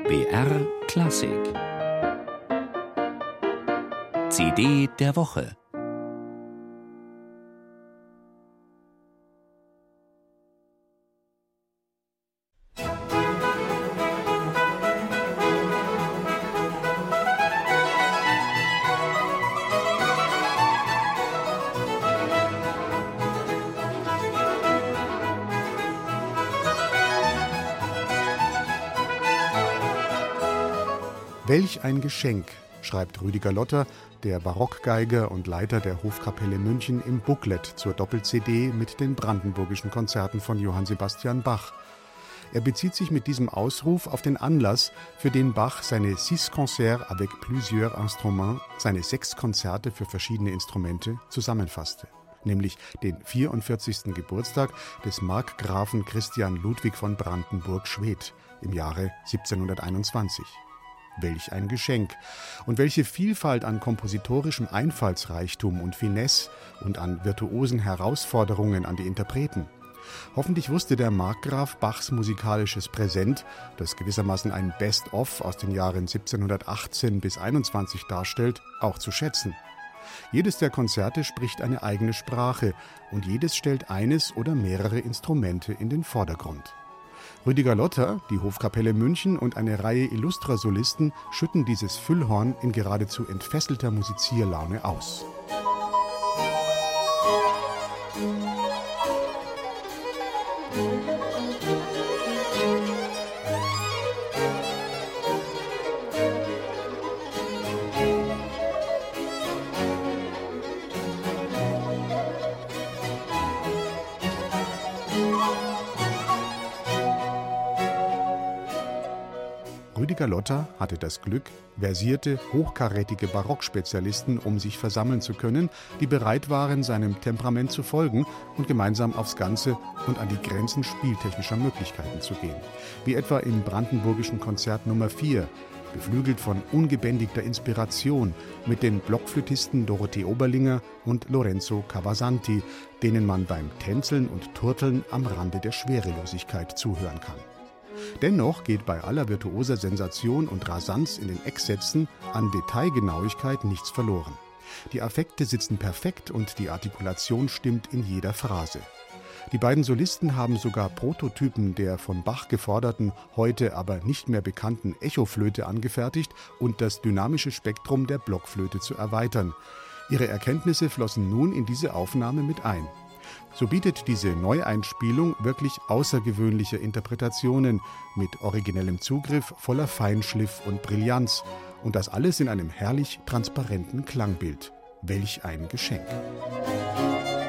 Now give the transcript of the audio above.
BR Klassik CD der Woche. Welch ein Geschenk, schreibt Rüdiger Lotter, der Barockgeiger und Leiter der Hofkapelle München, im Booklet zur Doppel-CD mit den brandenburgischen Konzerten von Johann Sebastian Bach. Er bezieht sich mit diesem Ausruf auf den Anlass, für den Bach seine 6 Concerts avec plusieurs instruments, seine 6 Konzerte für verschiedene Instrumente, zusammenfasste, nämlich den 44. Geburtstag des Markgrafen Christian Ludwig von Brandenburg-Schwedt im Jahre 1721. Welch ein Geschenk und welche Vielfalt an kompositorischem Einfallsreichtum und Finesse und an virtuosen Herausforderungen an die Interpreten. Hoffentlich wusste der Markgraf Bachs musikalisches Präsent, das gewissermaßen ein Best-of aus den Jahren 1718 bis 21 darstellt, auch zu schätzen. Jedes der Konzerte spricht eine eigene Sprache und jedes stellt eines oder mehrere Instrumente in den Vordergrund. Rüdiger Lotter, die Hofkapelle München und eine Reihe illustrer Solisten schütten dieses Füllhorn in geradezu entfesselter Musizierlaune aus. Rüdiger Lotter hatte das Glück, versierte, hochkarätige Barockspezialisten um sich versammeln zu können, die bereit waren, seinem Temperament zu folgen und gemeinsam aufs Ganze und an die Grenzen spieltechnischer Möglichkeiten zu gehen. Wie etwa im brandenburgischen Konzert Nummer 4, beflügelt von ungebändigter Inspiration mit den Blockflötisten Dorothee Oberlinger und Lorenzo Cavasanti, denen man beim Tänzeln und Turteln am Rande der Schwerelosigkeit zuhören kann. Dennoch geht bei aller virtuoser Sensation und Rasanz in den Ecksätzen an Detailgenauigkeit nichts verloren. Die Affekte sitzen perfekt und die Artikulation stimmt in jeder Phrase. Die beiden Solisten haben sogar Prototypen der von Bach geforderten, heute aber nicht mehr bekannten Echoflöte angefertigt und das dynamische Spektrum der Blockflöte zu erweitern. Ihre Erkenntnisse flossen nun in diese Aufnahme mit ein. So bietet diese Neueinspielung wirklich außergewöhnliche Interpretationen mit originellem Zugriff, voller Feinschliff und Brillanz. Und das alles in einem herrlich transparenten Klangbild. Welch ein Geschenk!